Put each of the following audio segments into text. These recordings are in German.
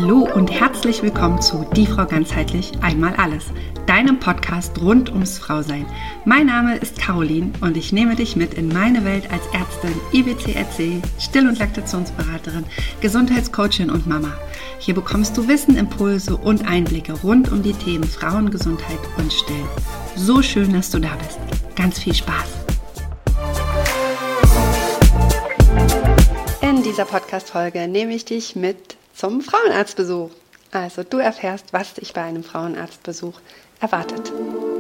Hallo und herzlich willkommen zu Die Frau Ganzheitlich Einmal Alles, deinem Podcast rund ums Frausein. Mein Name ist Caroline und ich nehme dich mit in meine Welt als Ärztin, IBCLC, Still- und Laktationsberaterin, Gesundheitscoachin und Mama. Hier bekommst du Wissen, Impulse und Einblicke rund um die Themen Frauengesundheit und Stillen. So schön, dass du da bist. Ganz viel Spaß! In dieser Podcast-Folge nehme ich dich mit zum Frauenarztbesuch. Also du erfährst, was dich bei einem Frauenarztbesuch erwartet.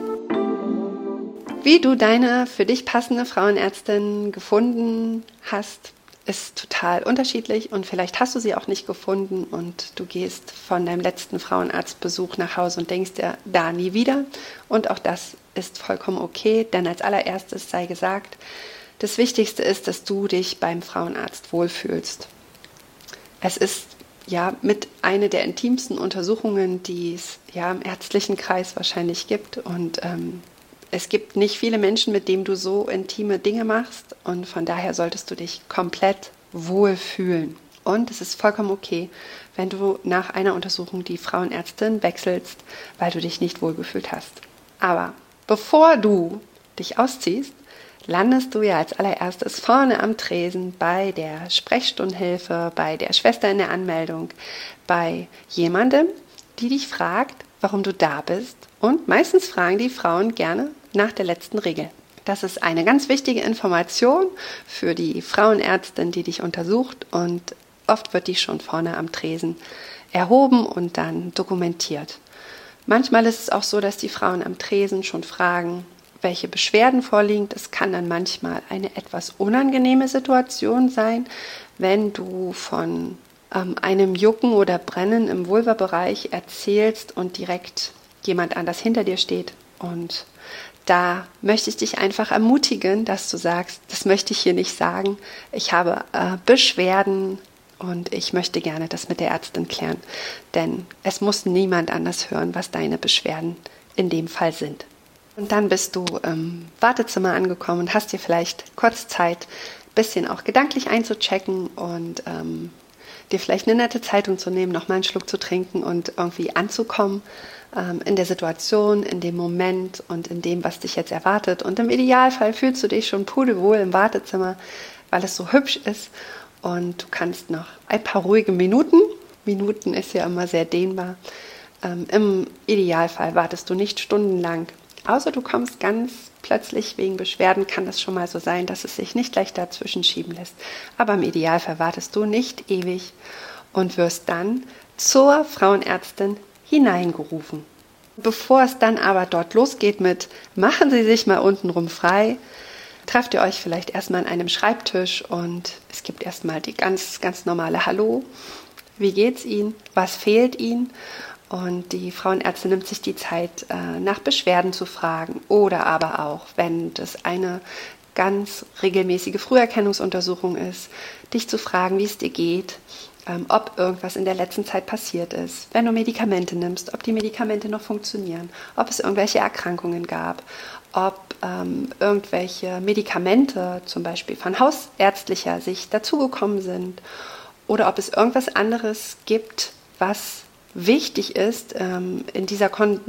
Wie du deine für dich passende Frauenärztin gefunden hast, ist total unterschiedlich und vielleicht hast du sie auch nicht gefunden und du gehst von deinem letzten Frauenarztbesuch nach Hause und denkst dir, da nie wieder. Und auch das ist vollkommen okay, denn als allererstes sei gesagt, das Wichtigste ist, dass du dich beim Frauenarzt wohlfühlst. Es ist mit einer der intimsten Untersuchungen, die es im ärztlichen Kreis wahrscheinlich gibt. Und es gibt nicht viele Menschen, mit denen du so intime Dinge machst. Und von daher solltest du dich komplett wohlfühlen. Und es ist vollkommen okay, wenn du nach einer Untersuchung die Frauenärztin wechselst, weil du dich nicht wohlgefühlt hast. Aber bevor du dich ausziehst, landest du ja als allererstes vorne am Tresen bei der Sprechstundenhilfe, bei der Schwester in der Anmeldung, bei jemandem, die dich fragt, warum du da bist. Und meistens fragen die Frauen gerne nach der letzten Regel. Das ist eine ganz wichtige Information für die Frauenärztin, die dich untersucht. Und oft wird die schon vorne am Tresen erhoben und dann dokumentiert. Manchmal ist es auch so, dass die Frauen am Tresen schon fragen, welche Beschwerden vorliegen. Das kann dann manchmal eine etwas unangenehme Situation sein, wenn du von einem Jucken oder Brennen im Vulvabereich erzählst und direkt jemand anders hinter dir steht. Und da möchte ich dich einfach ermutigen, dass du sagst, das möchte ich hier nicht sagen. Ich habe Beschwerden und ich möchte gerne das mit der Ärztin klären. Denn es muss niemand anders hören, was deine Beschwerden in dem Fall sind. Und dann bist du im Wartezimmer angekommen und hast dir vielleicht kurz Zeit, ein bisschen auch gedanklich einzuchecken und dir vielleicht eine nette Zeitung zu nehmen, nochmal einen Schluck zu trinken und irgendwie anzukommen in der Situation, in dem Moment und in dem, was dich jetzt erwartet. Und im Idealfall fühlst du dich schon pudelwohl im Wartezimmer, weil es so hübsch ist und du kannst noch ein paar ruhige Minuten ist ja immer sehr dehnbar. Im Idealfall wartest du nicht stundenlang. Außer du kommst ganz plötzlich wegen Beschwerden, kann das schon mal so sein, dass es sich nicht leicht dazwischen schieben lässt. Aber im Idealfall wartest du nicht ewig und wirst dann zur Frauenärztin hineingerufen. Bevor es dann aber dort losgeht mit, machen Sie sich mal untenrum frei, trefft ihr euch vielleicht erstmal an einem Schreibtisch und es gibt erstmal die ganz, ganz normale Hallo. Wie geht's Ihnen? Was fehlt Ihnen? Und die Frauenärztin nimmt sich die Zeit, nach Beschwerden zu fragen oder aber auch, wenn das eine ganz regelmäßige Früherkennungsuntersuchung ist, dich zu fragen, wie es dir geht, ob irgendwas in der letzten Zeit passiert ist, wenn du Medikamente nimmst, ob die Medikamente noch funktionieren, ob es irgendwelche Erkrankungen gab, ob irgendwelche Medikamente zum Beispiel von hausärztlicher Sicht dazugekommen sind oder ob es irgendwas anderes gibt, was wichtig ist in dieser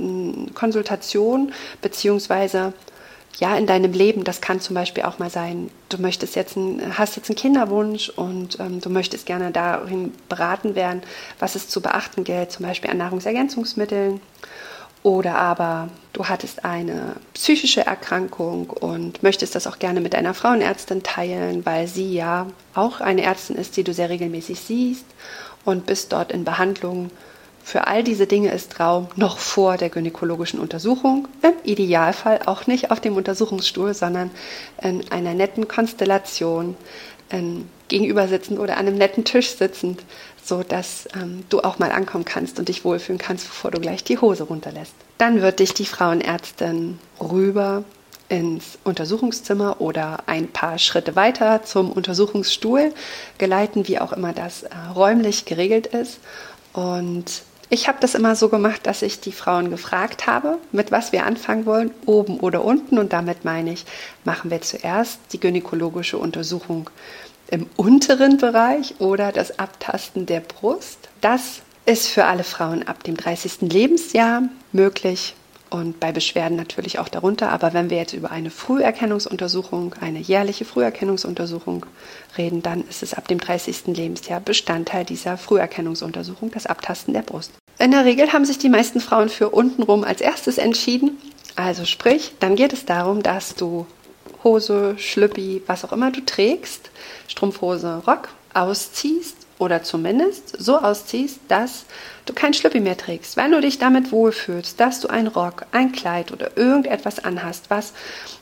Konsultation beziehungsweise in deinem Leben. Das kann zum Beispiel auch mal sein, du hast jetzt einen Kinderwunsch und du möchtest gerne darin beraten werden, was es zu beachten gilt, zum Beispiel an Nahrungsergänzungsmitteln. Oder aber du hattest eine psychische Erkrankung und möchtest das auch gerne mit einer Frauenärztin teilen, weil sie ja auch eine Ärztin ist, die du sehr regelmäßig siehst und bist dort in Behandlung. Für all diese Dinge ist Raum noch vor der gynäkologischen Untersuchung, im Idealfall auch nicht auf dem Untersuchungsstuhl, sondern in einer netten Konstellation, gegenüber sitzend oder an einem netten Tisch sitzend, sodass du auch mal ankommen kannst und dich wohlfühlen kannst, bevor du gleich die Hose runterlässt. Dann wird dich die Frauenärztin rüber ins Untersuchungszimmer oder ein paar Schritte weiter zum Untersuchungsstuhl geleiten, wie auch immer das räumlich geregelt ist. Und ich habe das immer so gemacht, dass ich die Frauen gefragt habe, mit was wir anfangen wollen, oben oder unten. Und damit meine ich, machen wir zuerst die gynäkologische Untersuchung im unteren Bereich oder das Abtasten der Brust. Das Ist für alle Frauen ab dem 30. Lebensjahr möglich und bei Beschwerden natürlich auch darunter. Aber wenn wir jetzt über eine Früherkennungsuntersuchung, eine jährliche Früherkennungsuntersuchung reden, dann ist es ab dem 30. Lebensjahr Bestandteil dieser Früherkennungsuntersuchung, das Abtasten der Brust. In der Regel haben sich die meisten Frauen für untenrum als erstes entschieden. Also sprich, dann geht es darum, dass du Hose, Schlüppi, was auch immer du trägst, Strumpfhose, Rock, ausziehst oder zumindest so ausziehst, dass du kein Schlüppi mehr trägst. Wenn du dich damit wohlfühlst, dass du einen Rock, ein Kleid oder irgendetwas anhast, was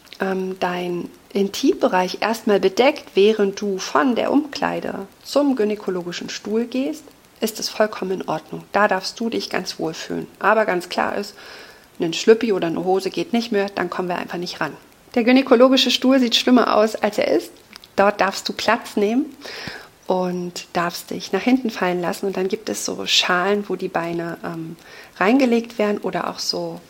dein Intimbereich erstmal bedeckt, während du von der Umkleide zum gynäkologischen Stuhl gehst, ist es vollkommen in Ordnung. Da darfst du dich ganz wohlfühlen. Aber ganz klar ist, ein Schlüppi oder eine Hose geht nicht mehr, dann kommen wir einfach nicht ran. Der gynäkologische Stuhl sieht schlimmer aus, als er ist. Dort darfst du Platz nehmen und darfst dich nach hinten fallen lassen. Und dann gibt es so Schalen, wo die Beine reingelegt werden oder auch so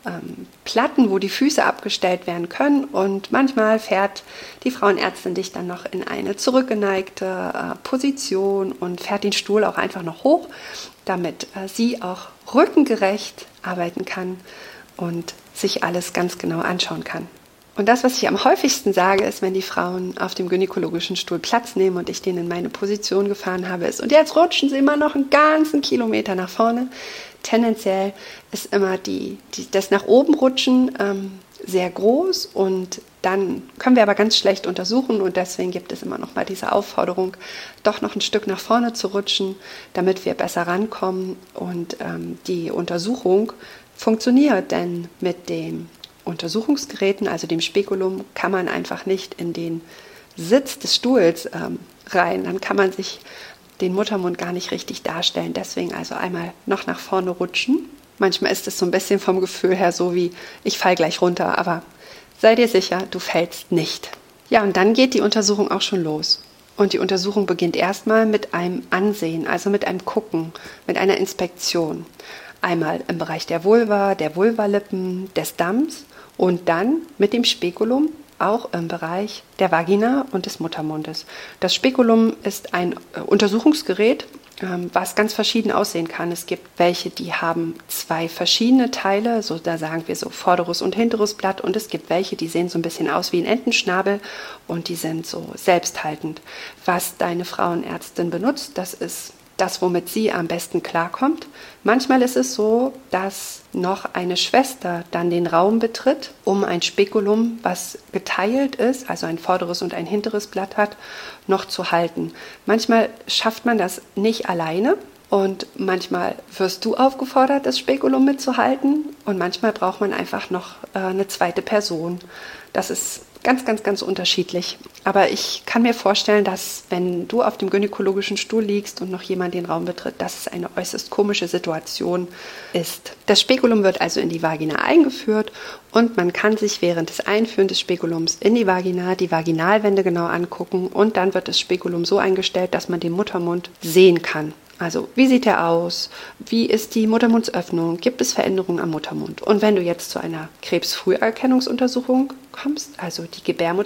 Platten, wo die Füße abgestellt werden können. Und manchmal fährt die Frauenärztin dich dann noch in eine zurückgeneigte Position und fährt den Stuhl auch einfach noch hoch, damit sie auch rückengerecht arbeiten kann und sich alles ganz genau anschauen kann. Und das, was ich am häufigsten sage, ist, wenn die Frauen auf dem gynäkologischen Stuhl Platz nehmen und ich den in meine Position gefahren habe, ist, und jetzt rutschen sie immer noch einen ganzen Kilometer nach vorne. Tendenziell ist immer das nach oben rutschen sehr groß und dann können wir aber ganz schlecht untersuchen und deswegen gibt es immer noch mal diese Aufforderung, doch noch ein Stück nach vorne zu rutschen, damit wir besser rankommen und die Untersuchung funktioniert, denn mit den Untersuchungsgeräten, also dem Spekulum, kann man einfach nicht in den Sitz des Stuhls rein. Dann kann man sich den Muttermund gar nicht richtig darstellen. Deswegen also einmal noch nach vorne rutschen. Manchmal ist es so ein bisschen vom Gefühl her so wie, ich falle gleich runter, aber sei dir sicher, du fällst nicht. Ja, und dann geht die Untersuchung auch schon los. Und die Untersuchung beginnt erstmal mit einem Ansehen, also mit einem Gucken, mit einer Inspektion. Einmal im Bereich der Vulva, der Vulvalippen, des Damms und dann mit dem Spekulum auch im Bereich der Vagina und des Muttermundes. Das Spekulum ist ein Untersuchungsgerät, was ganz verschieden aussehen kann. Es gibt welche, die haben 2 verschiedene Teile, so da sagen wir so vorderes und hinteres Blatt, und es gibt welche, die sehen so ein bisschen aus wie ein Entenschnabel und die sind so selbsthaltend. Was deine Frauenärztin benutzt, das ist das, womit sie am besten klarkommt. Manchmal ist es so, dass noch eine Schwester dann den Raum betritt, um ein Spekulum, was geteilt ist, also ein vorderes und ein hinteres Blatt hat, noch zu halten. Manchmal schafft man das nicht alleine und manchmal wirst du aufgefordert, das Spekulum mitzuhalten und manchmal braucht man einfach noch eine zweite Person. Das ist ganz, ganz, ganz unterschiedlich. Aber ich kann mir vorstellen, dass wenn du auf dem gynäkologischen Stuhl liegst und noch jemand den Raum betritt, dass es eine äußerst komische Situation ist. Das Spekulum wird also in die Vagina eingeführt und man kann sich während des Einführens des Spekulums in die Vagina die Vaginalwände genau angucken und dann wird das Spekulum so eingestellt, dass man den Muttermund sehen kann. Also, wie sieht er aus? Wie ist die Muttermundsöffnung? Gibt es Veränderungen am Muttermund? Und wenn du jetzt zu einer Krebsfrüherkennungsuntersuchung kommst, also die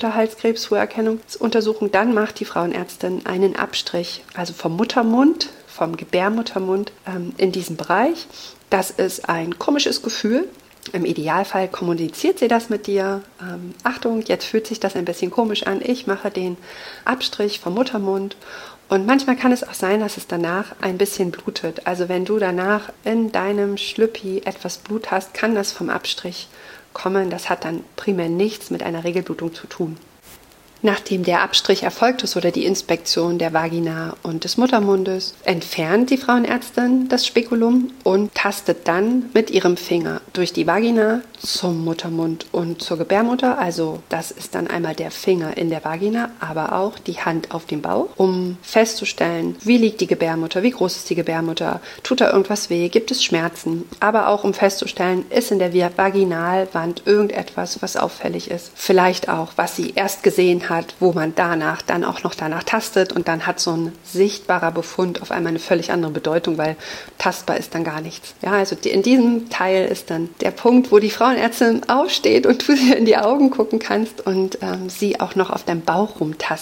Gebärmutterhalskrebsfrüherkennungsuntersuchung, dann macht die Frauenärztin einen Abstrich, also vom Muttermund, vom Gebärmuttermund in diesem Bereich. Das ist ein komisches Gefühl. Im Idealfall kommuniziert sie das mit dir. Achtung, jetzt fühlt sich das ein bisschen komisch an. Ich mache den Abstrich vom Muttermund. Und manchmal kann es auch sein, dass es danach ein bisschen blutet. Also wenn du danach in deinem Schlüppi etwas Blut hast, kann das vom Abstrich kommen. Das hat dann primär nichts mit einer Regelblutung zu tun. Nachdem der Abstrich erfolgt ist oder die Inspektion der Vagina und des Muttermundes, entfernt die Frauenärztin das Spekulum und tastet dann mit ihrem Finger durch die Vagina zum Muttermund und zur Gebärmutter. Also das ist dann einmal der Finger in der Vagina, aber auch die Hand auf dem Bauch, um festzustellen, wie liegt die Gebärmutter, wie groß ist die Gebärmutter, tut da irgendwas weh, gibt es Schmerzen, aber auch um festzustellen, ist in der Vaginalwand irgendetwas, was auffällig ist. Vielleicht auch, was sie erst gesehen hat, wo man danach dann auch noch danach tastet und dann hat so ein sichtbarer Befund auf einmal eine völlig andere Bedeutung, weil tastbar ist dann gar nichts. Ja, also in diesem Teil ist dann der Punkt, wo die Frauenärztin aufsteht und du sie in die Augen gucken kannst und sie auch noch auf deinem Bauch rumtastet.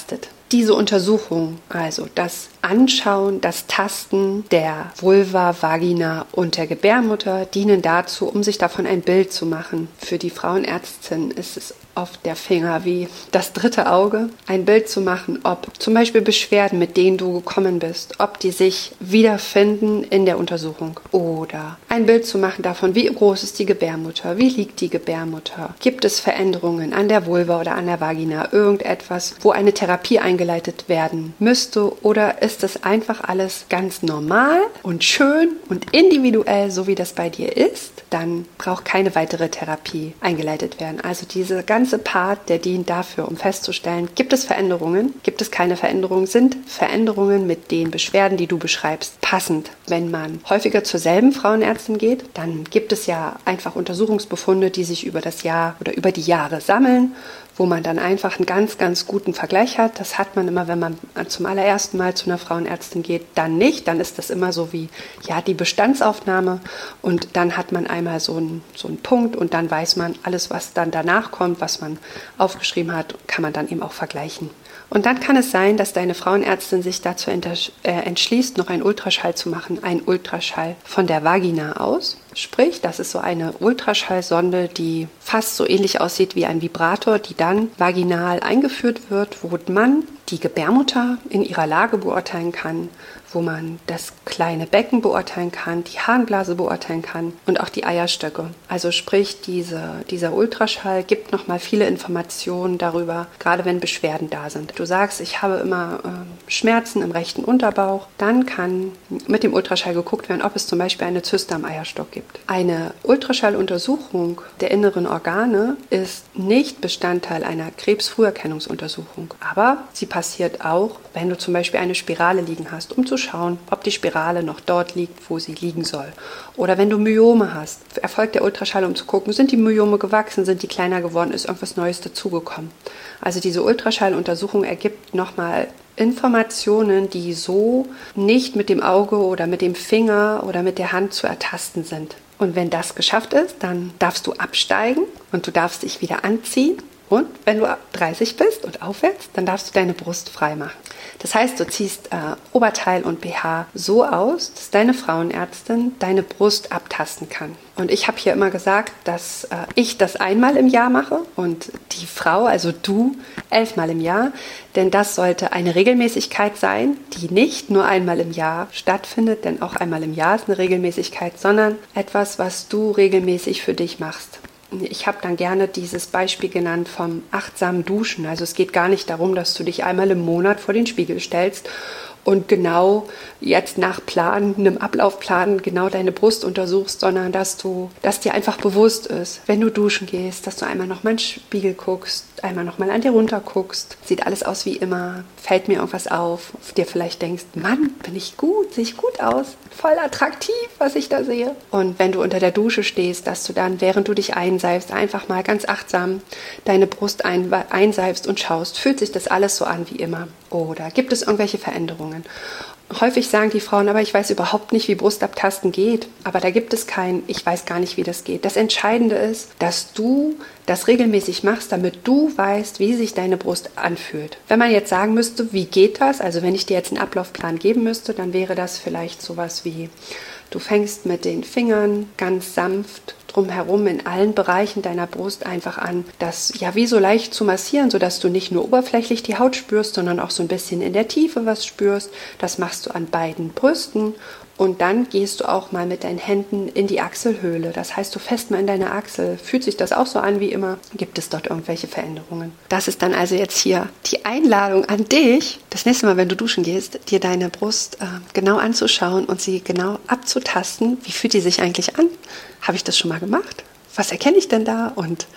Diese Untersuchung, also das Anschauen, das Tasten der Vulva, Vagina und der Gebärmutter, dienen dazu, um sich davon ein Bild zu machen. Für die Frauenärztin ist es oft der Finger wie das dritte Auge, ein Bild zu machen, ob zum Beispiel Beschwerden, mit denen du gekommen bist, ob die sich wiederfinden in der Untersuchung. Oder ein Bild zu machen davon, wie groß ist die Gebärmutter, wie liegt die Gebärmutter, gibt es Veränderungen an der Vulva oder an der Vagina, irgendetwas, wo eine Therapie eingeleitet werden müsste, oder ist das einfach alles ganz normal und schön und individuell, so wie das bei dir ist, dann braucht keine weitere Therapie eingeleitet werden. Also diese ganze Part, der dient dafür, um festzustellen, gibt es Veränderungen, gibt es keine Veränderungen, sind Veränderungen mit den Beschwerden, die du beschreibst, passend. Wenn man häufiger zur selben Frauenärztin geht, dann gibt es ja einfach Untersuchungsbefunde, die sich über das Jahr oder über die Jahre sammeln, wo man dann einfach einen ganz, ganz guten Vergleich hat. Das hat man immer, wenn man zum allerersten Mal zu einer Frauenärztin geht, dann nicht. Dann ist das immer so wie, ja, die Bestandsaufnahme, und dann hat man einmal so einen Punkt und dann weiß man, alles, was dann danach kommt, was man aufgeschrieben hat, kann man dann eben auch vergleichen. Und dann kann es sein, dass deine Frauenärztin sich dazu entschließt, noch einen Ultraschall zu machen, einen Ultraschall von der Vagina aus. Sprich, das ist so eine Ultraschallsonde, die fast so ähnlich aussieht wie ein Vibrator, die dann vaginal eingeführt wird, wo man die Gebärmutter in ihrer Lage beurteilen kann, wo man das kleine Becken beurteilen kann, die Harnblase beurteilen kann und auch die Eierstöcke. Also sprich, dieser Ultraschall gibt nochmal viele Informationen darüber, gerade wenn Beschwerden da sind. Du sagst, ich habe immer Schmerzen im rechten Unterbauch, dann kann mit dem Ultraschall geguckt werden, ob es zum Beispiel eine Zyste am Eierstock gibt. Eine Ultraschalluntersuchung der inneren Organe ist nicht Bestandteil einer Krebsfrüherkennungsuntersuchung, aber sie passiert auch, wenn du zum Beispiel eine Spirale liegen hast, um zu schauen, ob die Spirale noch dort liegt, wo sie liegen soll. Oder wenn du Myome hast, erfolgt der Ultraschall, um zu gucken, sind die Myome gewachsen, sind die kleiner geworden, ist irgendwas Neues dazugekommen. Also diese Ultraschalluntersuchung ergibt nochmal Informationen, die so nicht mit dem Auge oder mit dem Finger oder mit der Hand zu ertasten sind. Und wenn das geschafft ist, dann darfst du absteigen und du darfst dich wieder anziehen. Und wenn du 30 bist und aufwärts, dann darfst du deine Brust frei machen. Das heißt, du ziehst Oberteil und BH so aus, dass deine Frauenärztin deine Brust abtasten kann. Und ich habe hier immer gesagt, dass ich das einmal im Jahr mache und die Frau, also du, 11-mal im Jahr. Denn das sollte eine Regelmäßigkeit sein, die nicht nur einmal im Jahr stattfindet, denn auch einmal im Jahr ist eine Regelmäßigkeit, sondern etwas, was du regelmäßig für dich machst. Ich habe dann gerne dieses Beispiel genannt vom achtsamen Duschen. Also es geht gar nicht darum, dass du dich einmal im Monat vor den Spiegel stellst und genau jetzt nach Plan, einem Ablaufplan genau deine Brust untersuchst, sondern dass dir einfach bewusst ist, wenn du duschen gehst, dass du einmal nochmal in den Spiegel guckst, einmal nochmal an dir runter guckst. Sieht alles aus wie immer, fällt mir irgendwas auf dir vielleicht denkst, Mann, bin ich gut, sehe ich gut aus, voll attraktiv, was ich da sehe. Und wenn du unter der Dusche stehst, dass du dann, während du dich einseifst, einfach mal ganz achtsam deine Brust einseifst und schaust, fühlt sich das alles so an wie immer? Oder gibt es irgendwelche Veränderungen? Häufig sagen die Frauen, aber ich weiß überhaupt nicht, wie Brustabtasten geht. Aber da gibt es ich weiß gar nicht, wie das geht. Das Entscheidende ist, dass du das regelmäßig machst, damit du weißt, wie sich deine Brust anfühlt. Wenn man jetzt sagen müsste, wie geht das? Also wenn ich dir jetzt einen Ablaufplan geben müsste, dann wäre das vielleicht sowas wie, du fängst mit den Fingern ganz sanft drumherum in allen Bereichen deiner Brust einfach an, das ja wie so leicht zu massieren, sodass du nicht nur oberflächlich die Haut spürst, sondern auch so ein bisschen in der Tiefe was spürst. Das machst du an beiden Brüsten. Und dann gehst du auch mal mit deinen Händen in die Achselhöhle. Das heißt, du fässt mal in deine Achsel. Fühlt sich das auch so an wie immer? Gibt es dort irgendwelche Veränderungen? Das ist dann also jetzt hier die Einladung an dich, das nächste Mal, wenn du duschen gehst, dir deine Brust genau anzuschauen und sie genau abzutasten. Wie fühlt die sich eigentlich an? Habe ich das schon mal gemacht? Was erkenne ich denn da? Und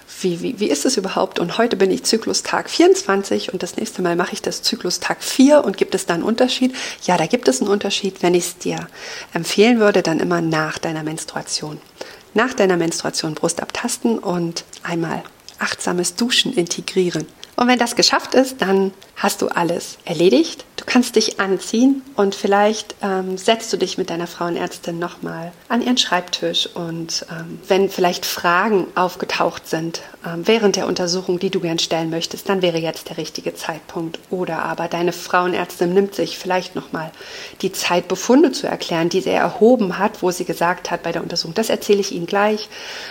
wie ist es überhaupt? Und heute bin ich Zyklustag 24 und das nächste Mal mache ich das Zyklustag 4 und gibt es da einen Unterschied? Ja, da gibt es einen Unterschied. Wenn ich es dir empfehlen würde, dann immer nach deiner Menstruation. Nach deiner Menstruation Brust abtasten und einmal achtsames Duschen integrieren. Und wenn das geschafft ist, dann hast du alles erledigt. Du kannst dich anziehen und vielleicht setzt du dich mit deiner Frauenärztin nochmal an ihren Schreibtisch und wenn vielleicht Fragen aufgetaucht sind während der Untersuchung, die du gern stellen möchtest, dann wäre jetzt der richtige Zeitpunkt. Oder aber deine Frauenärztin nimmt sich vielleicht nochmal die Zeit, Befunde zu erklären, die sie erhoben hat, wo sie gesagt hat bei der Untersuchung, das erzähle ich Ihnen gleich.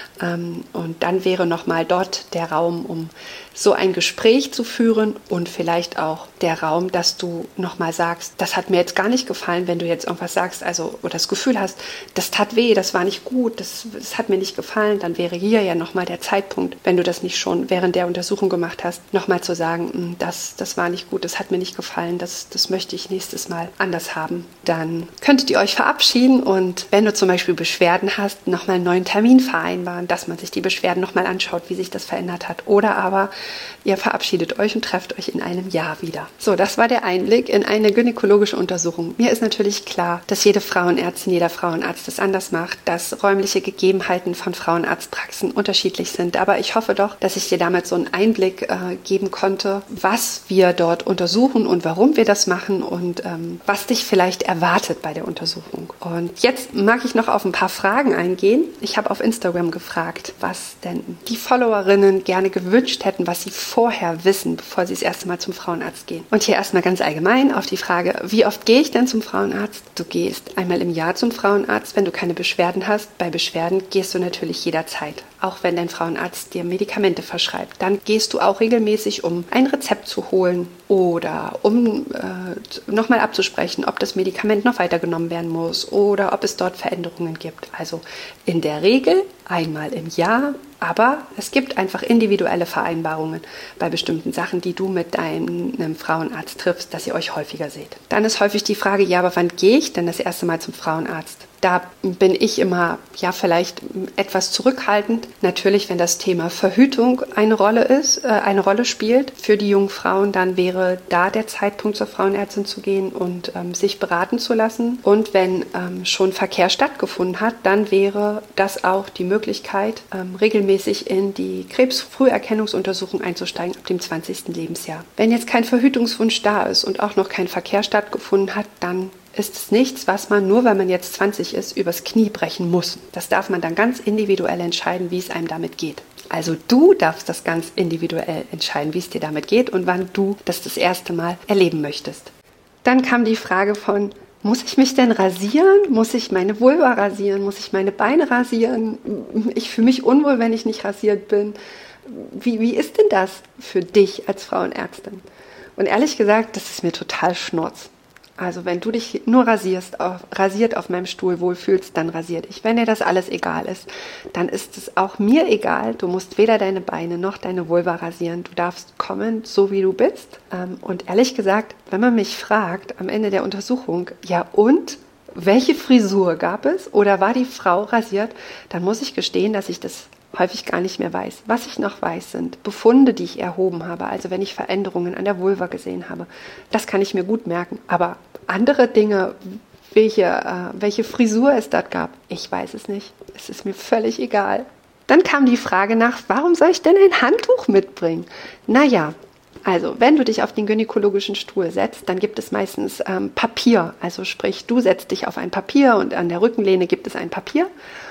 Und dann wäre nochmal dort der Raum, um so ein Gespräch zu führen und vielleicht auch der Raum, dass du nochmal sagst, das hat mir jetzt gar nicht gefallen, wenn du jetzt irgendwas sagst, also oder das Gefühl hast, das tat weh, das war nicht gut, das hat mir nicht gefallen, dann wäre hier ja nochmal der Zeitpunkt, wenn du das nicht schon während der Untersuchung gemacht hast, nochmal zu sagen, das war nicht gut, das hat mir nicht gefallen, das möchte ich nächstes Mal anders haben. Dann könntet ihr euch verabschieden und wenn du zum Beispiel Beschwerden hast, nochmal einen neuen Termin vereinbaren, dass man sich die Beschwerden nochmal anschaut, wie sich das verändert hat. Oder aber ihr verabschiedet euch und trefft euch in einem Jahr wieder. So, das war der Einblick in eine gynäkologische Untersuchung. Mir ist natürlich klar, dass jede Frauenärztin, jeder Frauenarzt das anders macht, dass räumliche Gegebenheiten von Frauenarztpraxen unterschiedlich sind. Aber ich hoffe doch, dass ich dir damit so einen Einblick geben konnte, was wir dort untersuchen und warum wir das machen und was dich vielleicht erwartet bei der Untersuchung. Und jetzt mag ich noch auf ein paar Fragen eingehen. Ich habe auf Instagram gefragt, was denn die Followerinnen gerne gewünscht hätten, was sie vorher wissen, bevor sie das erste Mal zum Frauenarzt gehen. Und hier erstmal ganz allgemein auf die Frage, wie oft gehe ich denn zum Frauenarzt? Du gehst einmal im Jahr zum Frauenarzt, wenn du keine Beschwerden hast. Bei Beschwerden gehst du natürlich jederzeit, auch wenn dein Frauenarzt dir Medikamente verschreibt. Dann gehst du auch regelmäßig, um ein Rezept zu holen oder um nochmal abzusprechen, ob das Medikament noch weitergenommen werden muss oder ob es dort Veränderungen gibt. Also in der Regel einmal im Jahr, aber es gibt einfach individuelle Vereinbarungen bei bestimmten Sachen, die du mit deinem Frauenarzt triffst, dass ihr euch häufiger seht. Dann ist häufig die Frage, ja, aber wann gehe ich denn das erste Mal zum Frauenarzt? Da bin ich immer, ja, vielleicht etwas zurückhaltend. Natürlich, wenn das Thema Verhütung eine Rolle spielt für die jungen Frauen, dann wäre da der Zeitpunkt, zur Frauenärztin zu gehen und sich beraten zu lassen. Und wenn schon Verkehr stattgefunden hat, dann wäre das auch die Möglichkeit, regelmäßig in die Krebsfrüherkennungsuntersuchung einzusteigen ab dem 20. Lebensjahr. Wenn jetzt kein Verhütungswunsch da ist und auch noch kein Verkehr stattgefunden hat, dann ist es nichts, was man, nur weil man jetzt 20 ist, übers Knie brechen muss. Das darf man dann ganz individuell entscheiden, wie es einem damit geht. Also du darfst das ganz individuell entscheiden, wie es dir damit geht und wann du das erste Mal erleben möchtest. Dann kam die Frage von, muss ich mich denn rasieren? Muss ich meine Vulva rasieren? Muss ich meine Beine rasieren? Ich fühle mich unwohl, wenn ich nicht rasiert bin. Wie ist denn das für dich als Frauenärztin? Und ehrlich gesagt, das ist mir total Schnurz. Also wenn du dich nur rasiert auf meinem Stuhl wohlfühlst, dann rasier dich. Wenn dir das alles egal ist, dann ist es auch mir egal. Du musst weder deine Beine noch deine Vulva rasieren. Du darfst kommen, so wie du bist. Und ehrlich gesagt, wenn man mich fragt am Ende der Untersuchung, ja und? Welche Frisur gab es oder war die Frau rasiert? Dann muss ich gestehen, dass ich das häufig gar nicht mehr weiß. Was ich noch weiß, sind Befunde, die ich erhoben habe. Also wenn ich Veränderungen an der Vulva gesehen habe, das kann ich mir gut merken. Aber andere Dinge, welche Frisur es dort gab, ich weiß es nicht. Es ist mir völlig egal. Dann kam die Frage nach, warum soll ich denn ein Handtuch mitbringen? Naja, also wenn du dich auf den gynäkologischen Stuhl setzt, dann gibt es meistens Papier. Also sprich, du setzt dich auf ein Papier und an der Rückenlehne gibt es ein Papier.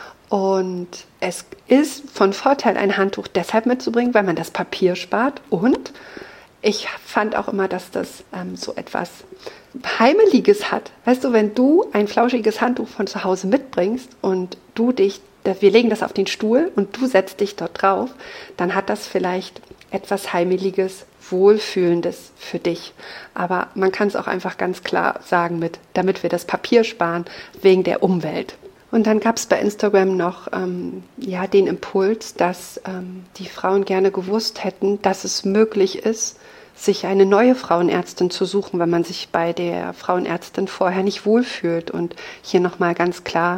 Und es ist von Vorteil, ein Handtuch deshalb mitzubringen, weil man das Papier spart. Und ich fand auch immer, dass das so etwas Heimeliges hat. Weißt du, wenn du ein flauschiges Handtuch von zu Hause mitbringst und wir legen das auf den Stuhl und du setzt dich dort drauf, dann hat das vielleicht etwas Heimeliges, Wohlfühlendes für dich. Aber man kann es auch einfach ganz klar sagen damit wir das Papier sparen, wegen der Umwelt. Und dann gab es bei Instagram noch den Impuls, dass die Frauen gerne gewusst hätten, dass es möglich ist, sich eine neue Frauenärztin zu suchen, wenn man sich bei der Frauenärztin vorher nicht wohlfühlt. Und hier nochmal ganz klar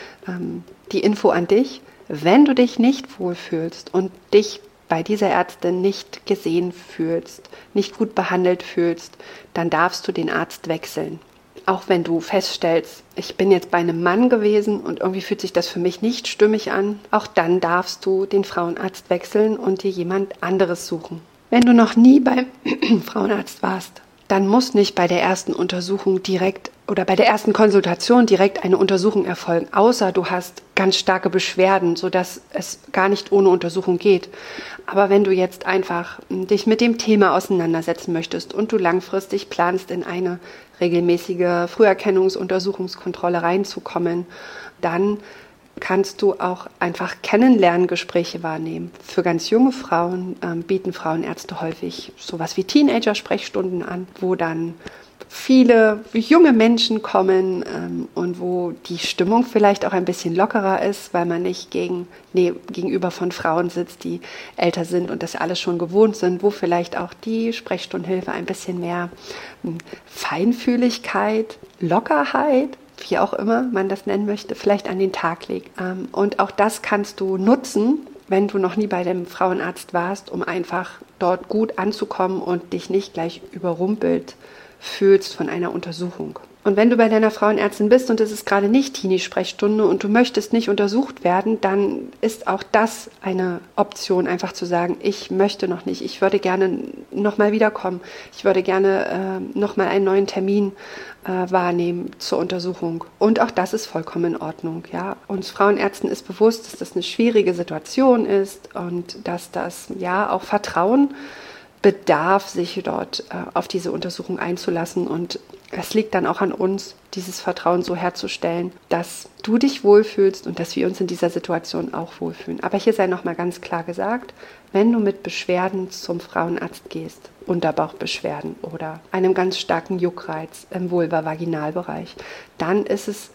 die Info an dich, wenn du dich nicht wohlfühlst und dich bei dieser Ärztin nicht gesehen fühlst, nicht gut behandelt fühlst, dann darfst du den Arzt wechseln. Auch wenn du feststellst, ich bin jetzt bei einem Mann gewesen und irgendwie fühlt sich das für mich nicht stimmig an, auch dann darfst du den Frauenarzt wechseln und dir jemand anderes suchen. Wenn du noch nie beim Frauenarzt warst dann muss nicht bei der ersten Untersuchung direkt oder bei der ersten Konsultation direkt eine Untersuchung erfolgen, außer du hast ganz starke Beschwerden, sodass es gar nicht ohne Untersuchung geht. Aber wenn du jetzt einfach dich mit dem Thema auseinandersetzen möchtest und du langfristig planst, in eine regelmäßige Früherkennungsuntersuchungskontrolle reinzukommen, dann kannst du auch einfach Kennenlerngespräche wahrnehmen. Für ganz junge Frauen bieten Frauenärzte häufig sowas wie Teenager-Sprechstunden an, wo dann viele junge Menschen kommen und wo die Stimmung vielleicht auch ein bisschen lockerer ist, weil man nicht gegenüber von Frauen sitzt, die älter sind und das alles schon gewohnt sind, wo vielleicht auch die Sprechstundenhilfe ein bisschen mehr Feinfühligkeit, Lockerheit, wie auch immer man das nennen möchte, vielleicht an den Tag legt. Und auch das kannst du nutzen, wenn du noch nie bei dem Frauenarzt warst, um einfach dort gut anzukommen und dich nicht gleich überrumpelt fühlst von einer Untersuchung. Und wenn du bei deiner Frauenärztin bist und es ist gerade nicht Teenie-Sprechstunde und du möchtest nicht untersucht werden, dann ist auch das eine Option, einfach zu sagen, ich möchte noch nicht, ich würde gerne nochmal wiederkommen, ich würde gerne nochmal einen neuen Termin wahrnehmen zur Untersuchung. Und auch das ist vollkommen in Ordnung. Ja? Uns Frauenärzten ist bewusst, dass das eine schwierige Situation ist und dass das ja auch Vertrauen bedarf, sich dort auf diese Untersuchung einzulassen. Und es liegt dann auch an uns, dieses Vertrauen so herzustellen, dass du dich wohlfühlst und dass wir uns in dieser Situation auch wohlfühlen. Aber hier sei nochmal ganz klar gesagt, wenn du mit Beschwerden zum Frauenarzt gehst, Unterbauchbeschwerden oder einem ganz starken Juckreiz im Vulva-Vaginalbereich, dann ist es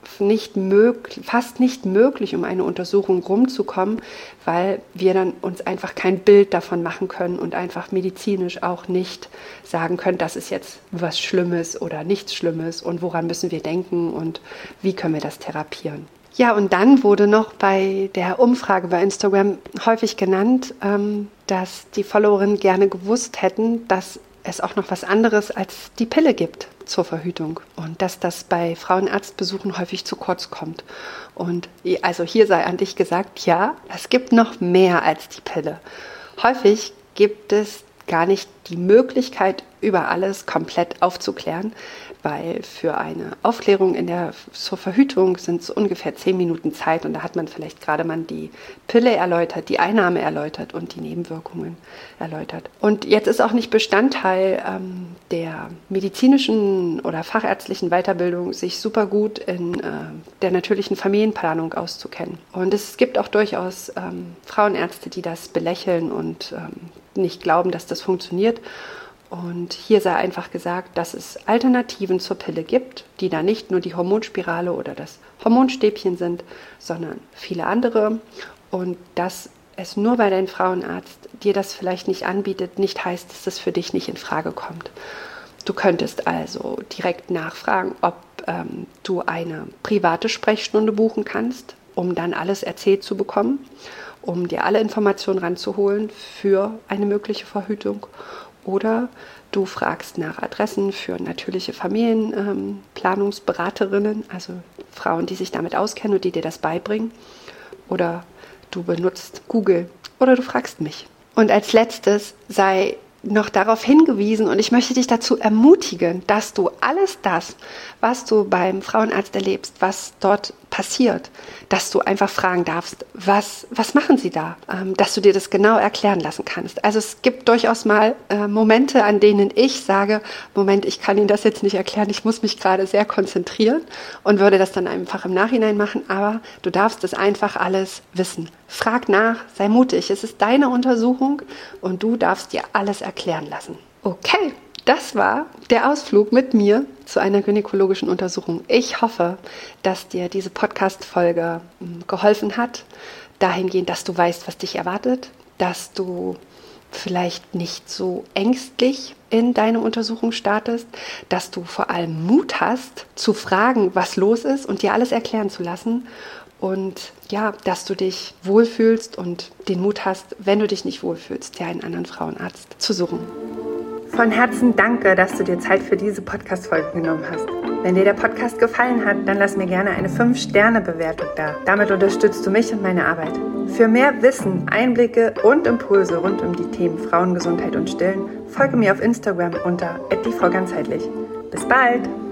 fast nicht möglich, um eine Untersuchung rumzukommen, weil wir dann uns einfach kein Bild davon machen können und einfach medizinisch auch nicht sagen können, das ist jetzt was Schlimmes oder nichts Schlimmes und woran müssen wir denken und wie können wir das therapieren. Ja, und dann wurde noch bei der Umfrage bei Instagram häufig genannt, dass die Followerinnen gerne gewusst hätten, dass es auch noch was anderes als die Pille gibt zur Verhütung und dass das bei Frauenarztbesuchen häufig zu kurz kommt. Und also hier sei an dich gesagt, ja, es gibt noch mehr als die Pille. Häufig gibt es gar nicht die Möglichkeit, über alles komplett aufzuklären, weil für eine Aufklärung zur Verhütung sind es ungefähr 10 Minuten Zeit und da hat man vielleicht gerade mal die Pille erläutert, die Einnahme erläutert und die Nebenwirkungen erläutert. Und jetzt ist auch nicht Bestandteil der medizinischen oder fachärztlichen Weiterbildung, sich super gut in der natürlichen Familienplanung auszukennen. Und es gibt auch durchaus Frauenärzte, die das belächeln und nicht glauben, dass das funktioniert. Und hier sei einfach gesagt, dass es Alternativen zur Pille gibt, die da nicht nur die Hormonspirale oder das Hormonstäbchen sind, sondern viele andere. Und dass es nur, weil dein Frauenarzt dir das vielleicht nicht anbietet, nicht heißt, dass das für dich nicht in Frage kommt. Du könntest also direkt nachfragen, ob du eine private Sprechstunde buchen kannst, um dann alles erzählt zu bekommen, um dir alle Informationen ranzuholen für eine mögliche Verhütung. Oder du fragst nach Adressen für natürliche Familienplanungsberaterinnen, also Frauen, die sich damit auskennen und die dir das beibringen. Oder du benutzt Google oder du fragst mich. Und als letztes sei noch darauf hingewiesen und ich möchte dich dazu ermutigen, dass du alles das, was du beim Frauenarzt erlebst, was dort passiert, dass du einfach fragen darfst, was machen sie da? Dass du dir das genau erklären lassen kannst. Also es gibt durchaus mal Momente, an denen ich sage, Moment, ich kann Ihnen das jetzt nicht erklären, ich muss mich gerade sehr konzentrieren und würde das dann einfach im Nachhinein machen, aber du darfst es einfach alles wissen. Frag nach, sei mutig, es ist deine Untersuchung und du darfst dir alles erklären lassen. Okay. Das war der Ausflug mit mir zu einer gynäkologischen Untersuchung. Ich hoffe, dass dir diese Podcast-Folge geholfen hat, dahingehend, dass du weißt, was dich erwartet, dass du vielleicht nicht so ängstlich in deine Untersuchung startest, dass du vor allem Mut hast, zu fragen, was los ist und dir alles erklären zu lassen und ja, dass du dich wohlfühlst und den Mut hast, wenn du dich nicht wohlfühlst, dir einen anderen Frauenarzt zu suchen. Von Herzen danke, dass du dir Zeit für diese Podcast-Folge genommen hast. Wenn dir der Podcast gefallen hat, dann lass mir gerne eine 5-Sterne-Bewertung da. Damit unterstützt du mich und meine Arbeit. Für mehr Wissen, Einblicke und Impulse rund um die Themen Frauengesundheit und Stillen folge mir auf Instagram unter @diefrauganzheitlich. Bis bald!